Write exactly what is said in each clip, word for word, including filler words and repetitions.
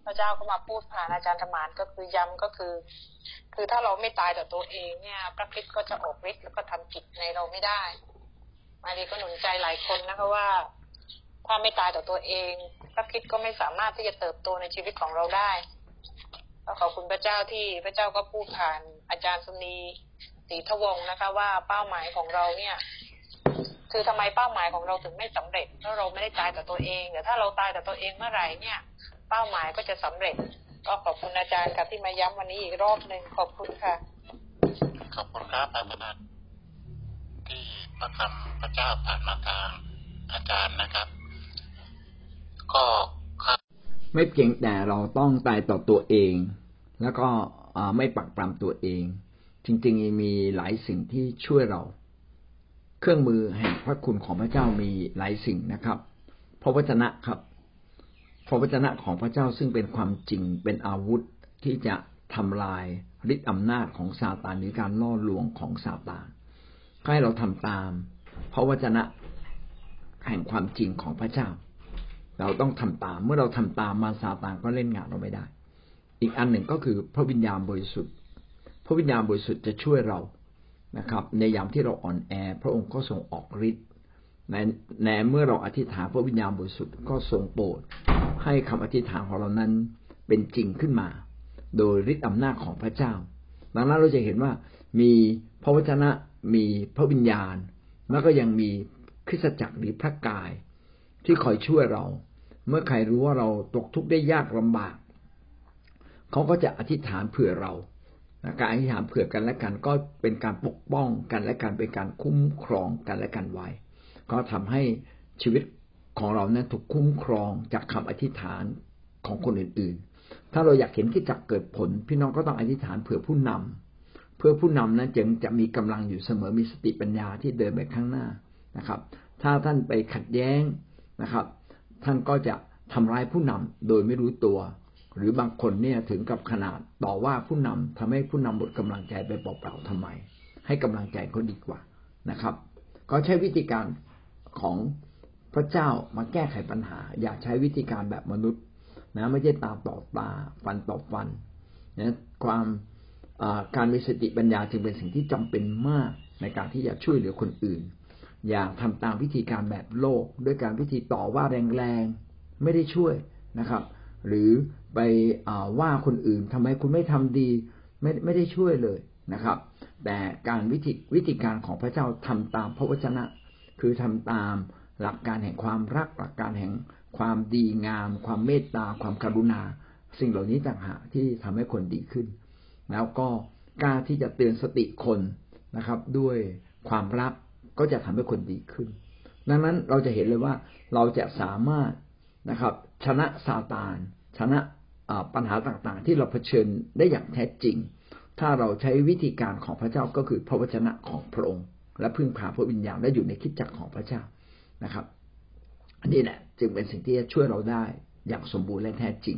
พระเจ้าก็มาพูดผ่านอาจารย์ธรรมานก็คือย้ำก็คือคือถ้าเราไม่ตายต่อตัวเองเนี่ยพระคริสต์ก็จะออกฤทธิ์แล้วก็ทำกิจในเราไม่ได้มารีก็หนุนใจหลายคนนะคะว่าถ้าไม่ตายต่อตัวเองพระคริสต์ก็ไม่สามารถที่จะเติบโตในชีวิตของเราได้ก็ขอบคุณพระเจ้าที่พระเจ้าก็พูดผ่านอาจารย์สุนีศรีทวงศ์นะคะว่าเป้าหมายของเราเนี่ยคือทำไมเป้าหมายของเราถึงไม่สำเร็จเพราะเราไม่ได้ตายต่อตัวเองแต่ถ้าเราตายต่อตัวเองเมื่อไหร่เนี่ยเป้าหมายก็จะสำเร็จก็ขอบคุณอาจารย์ค่ะที่มาย้ำวันนี้อีกรอบหนึ่งขอบคุณค่ะขอบคุณครับอาจารย์ที่พระคำพระเจ้าผ่านมาทางอาจารย์นะครับก็ไม่เพียงแต่เราต้องตายต่อตัวเองแล้วก็ไม่ปักปรำตัวเองจริงๆมีหลายสิ่งที่ช่วยเราเครื่องมือแห่งพระคุณของพระเจ้ามีหลายสิ่งนะครับพระวจนะครับพระวจนะของพระเจ้าซึ่งเป็นความจริงเป็นอาวุธที่จะทำลายฤทธิ์อำนาจของซาตานหรือการล่อลวงของซาตานให้เราทำตามพระวจนะแห่งความจริงของพระเจ้าเราต้องทำตามเมื่อเราทำตามมาซาตานก็เล่นงานเราไม่ได้อีกอันหนึ่งก็คือพระวิญญาณบริสุทธิ์พระวิญญาณบริสุทธิ์จะช่วยเรานะครับในยามที่เราอ่อนแอพระองค์ก็ทรงออกฤทธิ์ในในเมื่อเราอธิษฐานพระวิญญาณบริสุทธิ์ก็ทรงโปรดให้คำอธิษฐานของเรานั้นเป็นจริงขึ้นมาโดยฤทธิ์อำนาจของพระเจ้าดังนั้นเราจะเห็นว่ามีพระวจนะมีพระวิญญาณแล้วก็ยังมีคริสตจักรหรือพระกายที่คอยช่วยเราเมื่อใครรู้ว่าเราตกทุกข์ได้ยากลำบากเขาก็จะอธิษฐานเผื่อเราการอธิษฐานเผื่อกันและกันก็เป็นการปกป้องกันและกันเป็นการคุ้มครองกันและกันไว้ก็ทำให้ชีวิตของเรานั้นถูกคุ้มครองจากคำอธิษฐานของคนอื่นๆถ้าเราอยากเห็นคริสตจักรเกิดผลพี่น้องก็ต้องอธิษฐานเผื่อผู้นำเพื่อผู้นำนั้นจึงจะมีกำลังอยู่เสมอมีสติปัญญาที่เดินไปข้างหน้านะครับถ้าท่านไปขัดแย้งนะครับท่านก็จะทำร้ายผู้นำโดยไม่รู้ตัวหรือบางคนเนี่ยถึงกับขนาดต่อว่าผู้นำทำให้ผู้นำหมดกำลังใจไปเปล่าๆทำไมให้กำลังใจเขาดีกว่านะครับก็ใช้วิธีการของพระเจ้ามาแก้ไขปัญหาอย่าใช้วิธีการแบบมนุษย์นะไม่ใช่ตาต่อตาฟันต่อฟันนะความการมีสติปัญญาจึงเป็นสิ่งที่จำเป็นมากในการที่จะช่วยเหลือคนอื่นอย่าทำตามวิธีการแบบโลกด้วยการวิธีต่อว่าแรงๆไม่ได้ช่วยนะครับหรือไปว่าคนอื่นทำไมคุณไม่ทำดีไม่ไม่ได้ช่วยเลยนะครับแต่การวิธีวิธีการของพระเจ้าทำตามพระวจนะคือทำตามหลักการแห่งความรักหลักการแห่งความดีงามความเมตตาความกรุณาสิ่งเหล่านี้ต่างหากที่ทำให้คนดีขึ้นแล้วก็กล้าที่จะเตือนสติคนนะครับด้วยความรักก็จะทำให้คนดีขึ้นดังนั้นเราจะเห็นเลยว่าเราจะสามารถนะครับชนะซาตานชนะปัญหาต่างๆที่เราเผชิญได้อย่างแท้จริงถ้าเราใช้วิธีการของพระเจ้าก็คือพระวจนะของพระองค์และพึ่งพาพระวิญญาณและอยู่ในคริสตจักรของพระเจ้านะครับอันนี้แหละจึงเป็นสิ่งที่จะช่วยเราได้อย่างสมบูรณ์และแท้จริง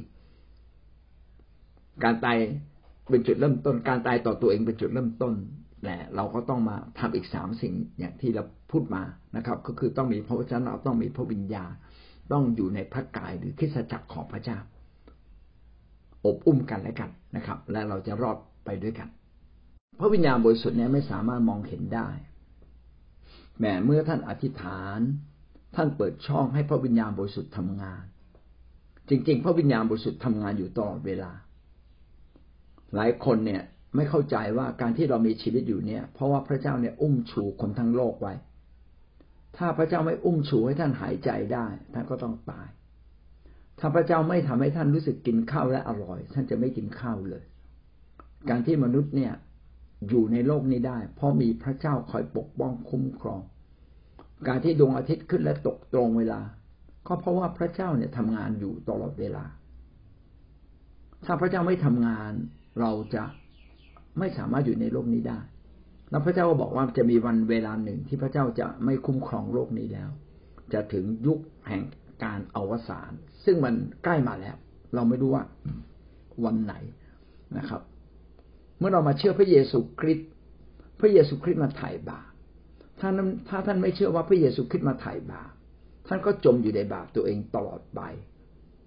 การตายเป็นจุดเริ่มต้นการตายต่อตัวเองเป็นจุดเริ่มต้นแต่เราก็ต้องมาทำอีกสามสิ่งอย่างที่เราพูดมานะครับก็คือต้องมีพระวจนะต้องมีพระวิญญาณต้องอยู่ในพระกายหรือคริสตจักรของพระเจ้าอบอุ้มกันและกันนะครับและเราจะรอดไปด้วยกันพระวิญญาณบริสุทธิ์นี้ไม่สามารถมองเห็นได้แม้เมื่อท่านอธิษฐานท่านเปิดช่องให้พระวิญญาณบริสุทธิ์ทำงานจริงๆพระวิญญาณบริสุทธิ์ทำงานอยู่ตลอดเวลาหลายคนเนี่ยไม่เข้าใจว่าการที่เรามีชีวิตอยู่เนี่ยเพราะว่าพระเจ้าเนี่ยอุ้มชูคนทั้งโลกไว้ถ้าพระเจ้าไม่อุ้มชูให้ท่านหายใจได้ท่านก็ต้องตายถ้าพระเจ้าไม่ทำให้ท่านรู้สึกกินข้าวและอร่อยท่านจะไม่กินข้าวเลยการที่มนุษย์เนี่ยอยู่ในโลกนี้ได้เพราะมีพระเจ้าคอยปกป้องคุ้มครองการที่ดวงอาทิตย์ขึ้นและตกตรงเวลาก็เพราะว่าพระเจ้าเนี่ยทำงานอยู่ตลอดเวลาถ้าพระเจ้าไม่ทำงานเราจะไม่สามารถอยู่ในโลกนี้ได้แล้วพระเจ้าก็บอกว่าจะมีวันเวลาหนึ่งที่พระเจ้าจะไม่คุ้มครองโลกนี้แล้วจะถึงยุคแห่งการอวสานซึ่งมันใกล้มาแล้วเราไม่รู้ว่าวันไหนนะครับเมื่อเรามาเชื่อพระเยซูคริสต์พระเยซูคริสต์มาไถ่บาปถ้าถ้าท่านไม่เชื่อว่าพระเยซูคริสต์มาไถ่บาปท่านก็จมอยู่ในบาปตัวเองตลอดไป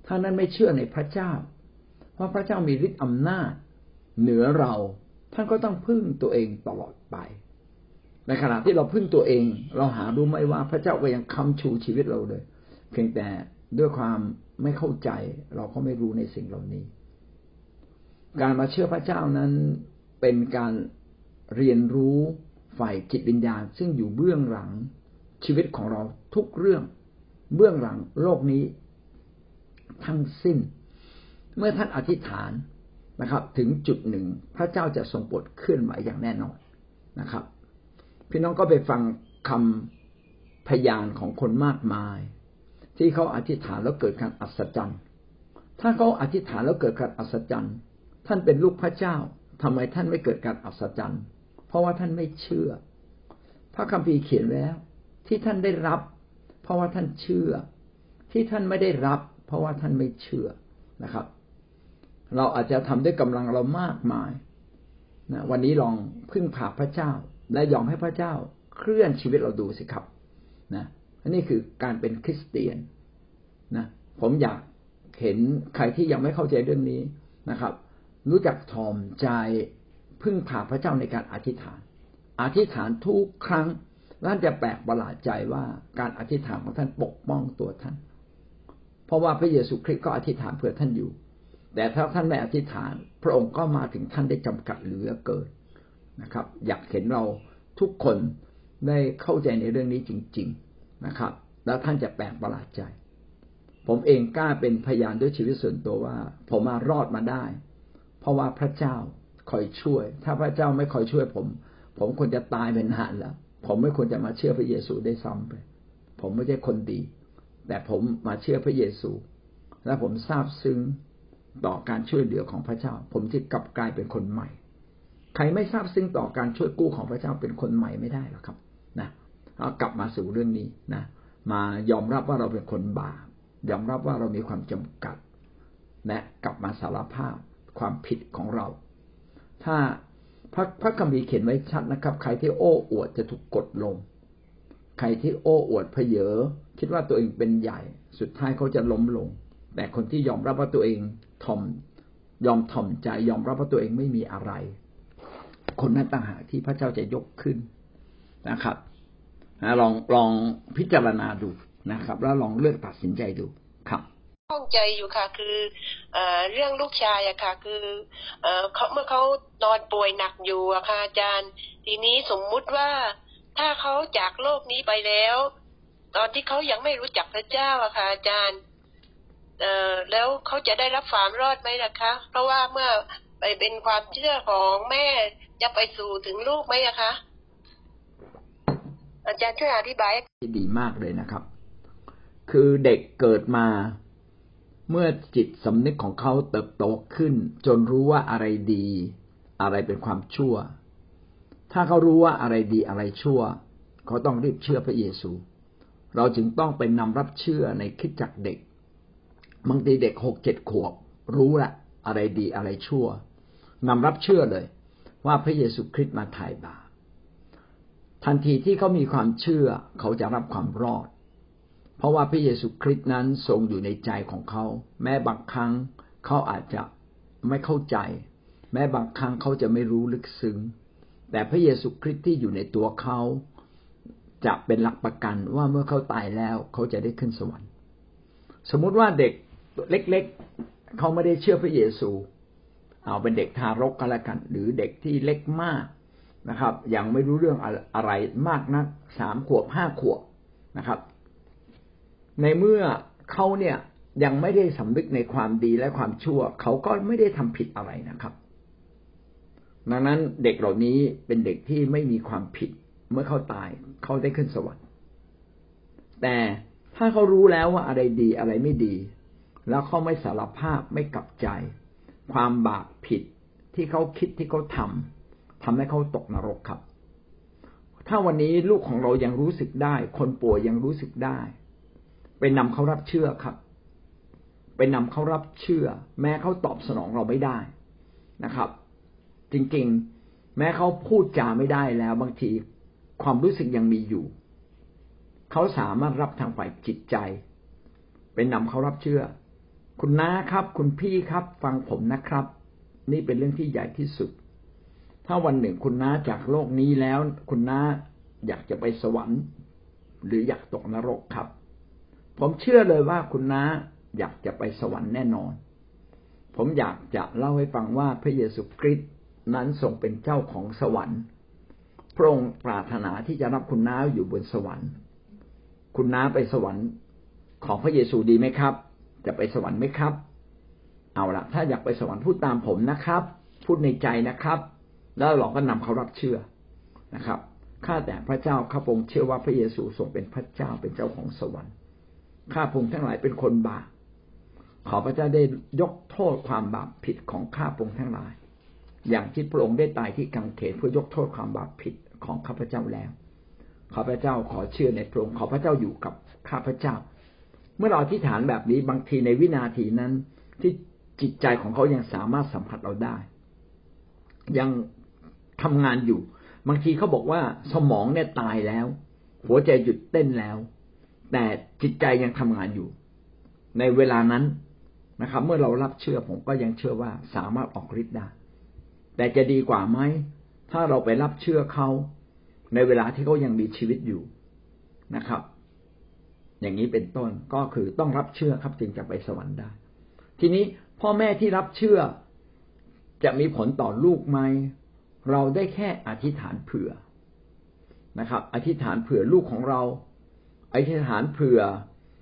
ถ้านั้นไม่เชื่อในพระเจ้าว่าพระเจ้ามีฤทธิ์อำนาจเหนือเราท่านก็ต้องพึ่งตัวเองตลอดไปในขณะที่เราพึ่งตัวเองเราหารู้ไหมว่าพระเจ้าก็ยังค้ำชูชีวิตเราเลยเพียงแต่ด้วยความไม่เข้าใจเราก็ไม่รู้ในสิ่งเหล่านี้การมาเชื่อพระเจ้านั้นเป็นการเรียนรู้ฝ่ายจิตวิญญาณซึ่งอยู่เบื้องหลังชีวิตของเราทุกเรื่องเบื้องหลังโลกนี้ทั้งสิ้นเมื่อท่านอธิษฐานนะครับถึงจุดหนึ่งพระเจ้าจะทรงโปรดเคลื่อนไหวอย่างแน่นอนนะครับพี่น้องก็ไปฟังคำพยานของคนมากมายที่เขาอธิษฐานแล้วเกิดการอัศจรรย์ถ้าเขาอธิษฐานแล้วเกิดการอัศจรรย์ท่านเป็นลูกพระเจ้าทำไมท่านไม่เกิดการอัศจรรย์เพราะว่าท่านไม่เชื่อพระคัมภีร์เขียนไว้แล้วที่ท่านได้รับเพราะว่าท่านเชื่อที่ท่านไม่ได้รับเพราะว่าท่านไม่เชื่อนะครับเราอาจจะทำด้วยกำลังเรามากมายนะวันนี้ลองพึ่งพาพระเจ้าและยอมให้พระเจ้าเคลื่อนชีวิตเราดูสิครับนะอันนี้คือการเป็นคริสเตียนนะผมอยากเห็นใครที่ยังไม่เข้าใจเรื่องนี้นะครับรู้จักถ่อมใจพึ่งพาพระเจ้าในการอธิษฐานอธิษฐานทุกครั้งท่านจะแปลกประหลาดใจว่าการอธิษฐานของท่านปกป้องตัวท่านเพราะว่าพระเยซูคริสต์ก็อธิษฐานเพื่อท่านอยู่แต่ถ้าท่านไม่อธิษฐานพระองค์ก็มาถึงท่านได้จำกัดเหลือเกินนะครับอยากเห็นเราทุกคนได้เข้าใจในเรื่องนี้จริงๆนะครับแล้วท่านจะแปลกประหลาดใจผมเองกล้าเป็นพยานด้วยชีวิตส่วนตัวว่าผมมารอดมาได้เพราะว่าพระเจ้าคอยช่วยถ้าพระเจ้าไม่คอยช่วยผมผมควรจะตายเป็นนานแล้วผมไม่ควรจะมาเชื่อพระเยซูได้ซ้ำไปผมไม่ใช่คนดีแต่ผมมาเชื่อพระเยซูและผมซาบซึ้งต่อการช่วยเหลือของพระเจ้าผมจะกลับกลายเป็นคนใหม่ใครไม่ซาบซึ้งต่อการช่วยกู้ของพระเจ้าเป็นคนใหม่ไม่ได้หรอกครับนะเอากลับมาสู่เรื่องนี้นะมายอมรับว่าเราเป็นคนบาปยอมรับว่าเรามีความจำกัดและกลับมาสารภาพความผิดของเราถ้าพระพระคัมภีร์เขียนไว้ชัดนะครับใครที่โอ้อวดจะถูกกดลงใครที่โอ้อวดเพ้อเจ้อคิดว่าตัวเองเป็นใหญ่สุดท้ายเขาจะล้มลงแต่คนที่ยอมรับว่าตัวเองถ่อมยอมถ่อมใจยอมรับว่าตัวเองไม่มีอะไรคนนั้นต่างหากที่พระเจ้าจะยกขึ้นนะครับลองลองพิจารณาดูนะครับแล้วลองเลือกตัดสินใจดูครับข้องใจอยู่ค่ะคือเอ่อเรื่องลูกชายอะค่ะคือเอ่อเขาเมื่อเขานอนป่วยหนักอยู่อะค่ะอาจารย์ทีนี้สมมุติว่าถ้าเขาจากโลกนี้ไปแล้วตอนที่เขายังไม่รู้จักพระเจ้าอะค่ะอาจารย์เอ่อแล้วเขาจะได้รับความรอดไหมล่ะคะเพราะว่าเมื่อไปเป็นความเชื่อของแม่จะไปสู่ถึงลูกไหมอะคะอาจารย์ช่วยอธิบายดีมากเลยนะครับคือเด็กเกิดมาเมื่อจิตสำนึกของเขาเติบโตขึ้นจนรู้ว่าอะไรดีอะไรเป็นความชั่วถ้าเขารู้ว่าอะไรดีอะไรชั่วเขาต้องรีบเชื่อพระเยซูเราจึงต้องไปนำรับเชื่อในคริสตจักรเด็กบางทีเด็กหกเจ็ดขวบรู้ละอะไรดีอะไรชั่วนำรับเชื่อเลยว่าพระเยซูคริสต์มาไถ่บาปทันทีที่เขามีความเชื่อเขาจะรับความรอดเพราะว่าพระเยซูคริสต์นั้นทรงอยู่ในใจของเขาแม้บางครั้งเขาอาจจะไม่เข้าใจแม้บางครั้งเขาจะไม่รู้ลึกซึ้งแต่พระเยซูคริสต์ที่อยู่ในตัวเขาจะเป็นหลักประกันว่าเมื่อเขาตายแล้วเขาจะได้ขึ้นสวรรค์สมมุติว่าเด็กเล็กๆเขาไม่ได้เชื่อพระเยซูเอาเป็นเด็กทารกก็แล้วกันหรือเด็กที่เล็กมากนะครับยังไม่รู้เรื่องอะไรมากนักสามขวบห้าขวบนะครับในเมื่อเขาเนี่ยยังไม่ได้สำนึกในความดีและความชั่วเขาก็ไม่ได้ทำผิดอะไรนะครับดังนั้นเด็กเหล่านี้เป็นเด็กที่ไม่มีความผิดเมื่อเขาตายเขาได้ขึ้นสวรรค์แต่ถ้าเขารู้แล้วว่าอะไรดีอะไรไม่ดีแล้วเขาไม่สารภาพไม่กลับใจความบาปผิดที่เขาคิดที่เขาทำทำให้เขาตกนรกครับถ้าวันนี้ลูกของเรายังรู้สึกได้คนป่วยยังรู้สึกได้ไปนำเขารับเชื่อครับไปนำเขารับเชื่อแม้เขาตอบสนองเราไม่ได้นะครับจริงๆแม้เขาพูดจาไม่ได้แล้วบางทีความรู้สึกยังมีอยู่เขาสามารถรับทางฝ่ายจิตใจไปนำเขารับเชื่อคุณน้าครับคุณพี่ครับฟังผมนะครับนี่เป็นเรื่องที่ใหญ่ที่สุดถ้าวันหนึ่งคุณน้าจากโลกนี้แล้วคุณน้าอยากจะไปสวรรค์หรืออยากตกนรกครับผมเชื่อเลยว่าคุณน้าอยากจะไปสวรรค์แน่นอนผมอยากจะเล่าให้ฟังว่าพระเยซูคริสต์นั้นทรงเป็นเจ้าของสวรรค์พระองค์ปรารถนาที่จะรับคุณน้าอยู่บนสวรรค์คุณน้าไปสวรรค์ของพระเยซูดีไหมครับจะไปสวรรค์ไหมครับเอาล่ะถ้าอยากไปสวรรค์พูดตามผมนะครับพูดในใจนะครับแล้วเราก็นำเขารับเชื่อนะครับข้าแต่พระเจ้าข้าพระองค์เชื่อว่าพระเยซูทรงเป็นพระเจ้าเป็นเจ้าของสวรรค์ข้าพระองค์ทั้งหลายเป็นคนบาปขอพระเจ้าได้ยกโทษความบาปผิดของข้าพระองค์ทั้งหลายอย่างที่พระองค์ได้ตายที่กางเขนเพื่อยกโทษความบาปผิดของข้าพเจ้าแล้วข้าพเจ้าขอเชื่อในพระองค์ขอพระเจ้าอยู่กับข้าพเจ้าเมื่อเราอธิษฐานแบบนี้บางทีในวินาทีนั้นที่จิตใจของเขายังสามารถสัมผัสเราได้ยังทำงานอยู่บางทีเขาบอกว่าสมองเนี่ยตายแล้วหัวใจหยุดเต้นแล้วแต่จิตใจยังทำงานอยู่ในเวลานั้นนะครับเมื่อเรารับเชื่อผมก็ยังเชื่อว่าสามารถออกฤทธิ์ได้แต่จะดีกว่าไหมถ้าเราไปรับเชื่อเขาในเวลาที่เขายังมีชีวิตอยู่นะครับอย่างนี้เป็นต้นก็คือต้องรับเชื่อครับจึงจะไปสวรรค์ได้ทีนี้พ่อแม่ที่รับเชื่อจะมีผลต่อลูกไหมเราได้แค่อธิษฐานเผื่อนะครับอธิษฐานเผื่อลูกของเราอธิษฐานเผื่อ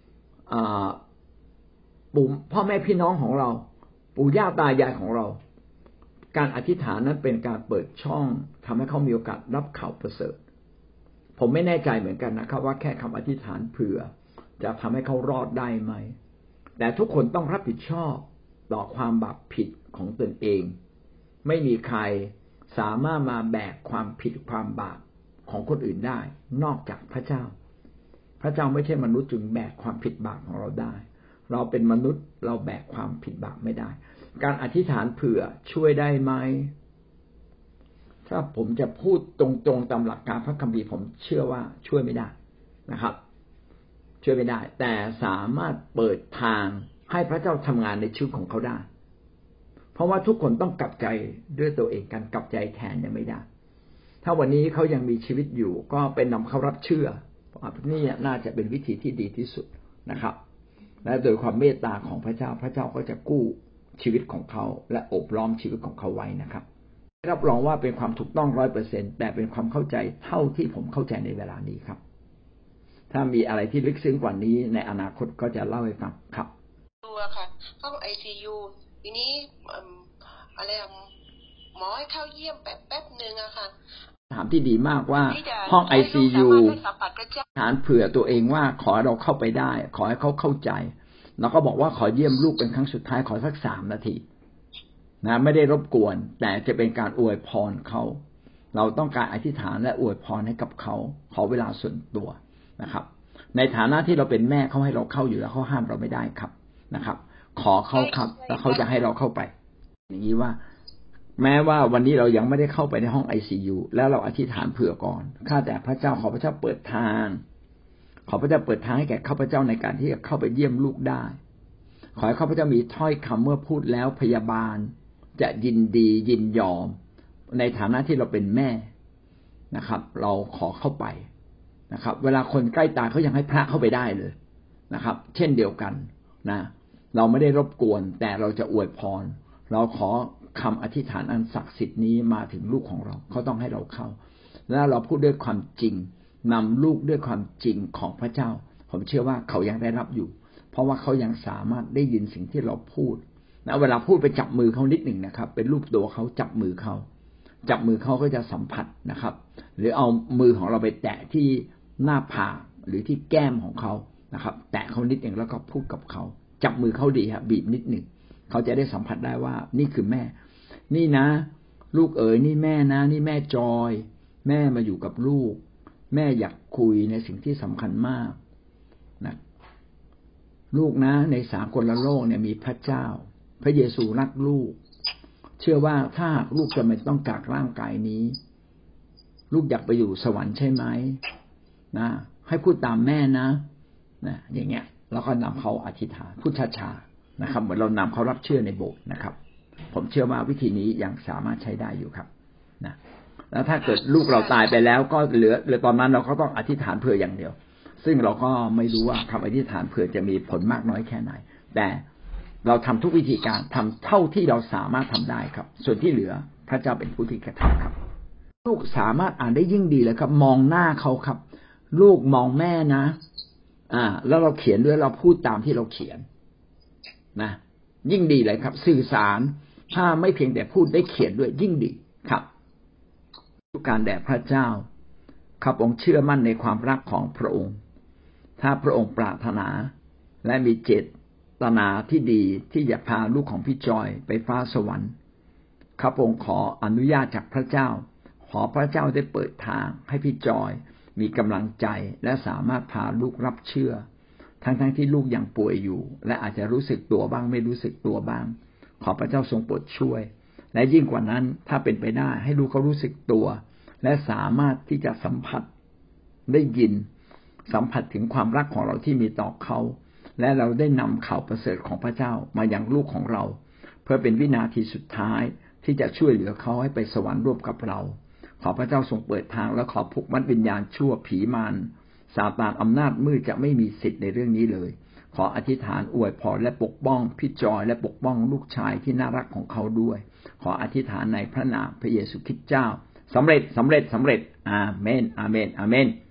ปู่พ่อแม่พี่น้องของเราปู่ย่าตายายของเราการอธิษฐานนั้นเป็นการเปิดช่องทำให้เขามีโอกาสรับข่าวประเสริฐผมไม่แน่ใจเหมือนกันนะครับว่าแค่คำอธิษฐานเผื่อจะทำให้เขารอดได้ไหมแต่ทุกคนต้องรับผิดชอบต่อความบาปผิดของตนเองไม่มีใครสามารถมาแบกความผิดความบาปของคนอื่นได้นอกจากพระเจ้าพระเจ้าไม่ใช่มนุษย์จึงแบกความผิดบาปของเราได้เราเป็นมนุษย์เราแบกความผิดบาปไม่ได้การอธิษฐานเผื่อช่วยได้ไหมถ้าผมจะพูดตรงๆตามหลักการพระคัมภีร์ผมเชื่อว่าช่วยไม่ได้นะครับช่วยไม่ได้แต่สามารถเปิดทางให้พระเจ้าทำงานในชีวิตของเขาได้เพราะว่าทุกคนต้องกลับใจด้วยตัวเองการกลับใจแทนยังไม่ได้ถ้าวันนี้เขายังมีชีวิตอยู่ก็เป็นนำเขารับเชื่อนี่น่าจะเป็นวิธีที่ดีที่สุดนะครับและโดยความเมตตาของพระเจ้าพระเจ้าก็จะกู้ชีวิตของเขาและโอบล้อมชีวิตของเขาไว้นะครับรับรองว่าเป็นความถูกต้อง ร้อยเปอร์เซ็นต์ แต่เป็นความเข้าใจเท่าที่ผมเข้าใจในเวลานี้ครับถ้ามีอะไรที่ลึกซึ้งกว่านี้ในอนาคตก็จะเล่าให้ฟังครับตัวค่ะห้อง ไอ ซี ยู ทีนี้อะไรหมอให้เข้าเยี่ยมแป๊บแป๊บนึงอะค่ะถามที่ดีมากว่าห้อง ไอ ซี ยู ฐานเผื่อตัวเองว่าขอเราเข้าไปได้ขอให้เขาเข้าใจแล้วก็บอกว่าขอเยี่ยมลูกเป็นครั้งสุดท้ายขอสักสามนาทีนะไม่ได้รบกวนแต่จะเป็นการอวยพรเขาเราต้องการอธิษฐานและอวยพรให้กับเขาขอเวลาส่วนตัวนะครับในฐานะที่เราเป็นแม่เขาให้เราเข้าอยู่แล้วเขาห้ามเราไม่ได้ครับนะครับขอเขาครับแล้วเขาจะให้เราเข้าไปอย่างนี้ว่าแม้ว่าวันนี้เรายังไม่ได้เข้าไปในห้อง ไอ ซี ยู แล้วเราอธิษฐานเผื่อก่อนข้าแต่พระเจ้าขอพระเจ้าเปิดทางขอพระเจ้าเปิดทางให้แก่ข้าพเจ้าในการที่จะเข้าไปเยี่ยมลูกได้ขอให้ข้าพเจ้ามีถ้อยคำเมื่อพูดแล้วพยาบาลจะยินดียินยอมในฐานะที่เราเป็นแม่นะครับเราขอเข้าไปนะครับเวลาคนใกล้ตายเขายังให้พระเข้าไปได้เลยนะครับเช่นเดียวกันนะเราไม่ได้รบกวนแต่เราจะอวยพรเราขอคำอธิษฐานอันศักดิ์สิทธิ์นี้มาถึงลูกของเราเขาต้องให้เราเข้าแล้วเราพูดด้วยความจริงนำลูกด้วยความจริงของพระเจ้าผมเชื่อว่าเขายังได้รับอยู่เพราะว่าเขายังสามารถได้ยินสิ่งที่เราพูดนะเวลาพูดไปจับมือเขานิดหนึ่งนะครับเป็นรูปตัวเขาจับมือเขาจับมือเขาก็จะสัมผัสนะครับหรือเอามือของเราไปแตะที่หน้าผากหรือที่แก้มของเขานะครับแตะเขานิดหนึ่งแล้วก็พูดกับเขาจับมือเขาดีครับบีบนิดหนึ่งเขาจะได้สัมผัสได้ว่านี่คือแม่นี่นะลูกเอ๋ยนี่แม่นะนี่แม่จอยแม่มาอยู่กับลูกแม่อยากคุยในสิ่งที่สำคัญมากนะลูกนะในสากลโลกเนี่ยมีพระเจ้าพระเยซูรักลูกเชื่อว่าถ้าลูกจะไม่ต้องจากร่างกายนี้ลูกอยากไปอยู่สวรรค์ใช่ไหมนะให้พูดตามแม่นะนะอย่างเงี้ยแล้วก็นำเขาอธิษฐานพูดช้านะครับเหมือนเรานำเขารับเชื่อในโบสถ์นะครับผมเชื่อว่าวิธีนี้ยังสามารถใช้ได้อยู่ครับนะแล้วถ้าเกิดลูกเราตายไปแล้วก็เหลือเหลือตอนนั้นเราก็ต้องอธิษฐานเผื่ออย่างเดียวซึ่งเราก็ไม่รู้ว่าคำอธิษฐานเผื่อจะมีผลมากน้อยแค่ไหนแต่เราทำทุกวิธีการทำเท่าที่เราสามารถทำได้ครับส่วนที่เหลือพระเจ้าเป็นผู้ที่กระทำครับลูกสามารถอ่านได้ยิ่งดีเลยครับมองหน้าเขาครับลูกมองแม่นะอ่าแล้วเราเขียนด้วยเราพูดตามที่เราเขียนนะยิ่งดีเลยครับสื่อสารถ้าไม่เพียงแต่พูดได้เขียนด้วยยิ่งดีครับทุกการแด่พระเจ้าข้าพงเชื่อมั่นในความรักของพระองค์ถ้าพระองค์ปรารถนาและมีเจตนาที่ดีที่จะพาลูกของพี่จอยไปฟ้าสวรรค์ข้าพงขออนุญาตจากพระเจ้าขอพระเจ้าได้เปิดทางให้พี่จอยมีกำลังใจและสามารถพาลูกรับเชื่อทั้งๆที่ลูกยังป่วยอยู่และอาจจะรู้สึกตัวบ้างไม่รู้สึกตัวบ้างขอพระเจ้าทรงโปรดช่วยและยิ่งกว่านั้นถ้าเป็นไปได้ให้ลูกเขารู้สึกตัวและสามารถที่จะสัมผัสได้ยินสัมผัสถึงความรักของเราที่มีต่อเขาและเราได้นำข่าวประเสริฐของพระเจ้ามายังลูกของเราเพื่อเป็นวินาทีสุดท้ายที่จะช่วยเหลือเขาให้ไปสวรรค์ร่วมกับเราขอพระเจ้าทรงเปิดทางและขอผูกมัดวิญญาณชั่วผีมารซาตานอำนาจมืดจะไม่มีสิทธิ์ในเรื่องนี้เลยขออธิษฐานอวยพรและปกป้องพี่จอยและปกป้องลูกชายที่น่ารักของเขาด้วยขออธิษฐานในพระนามพระเยซูคริสต์เจ้าสำเร็จสำเร็จสำเร็จอาเมนอาเมนอาเมน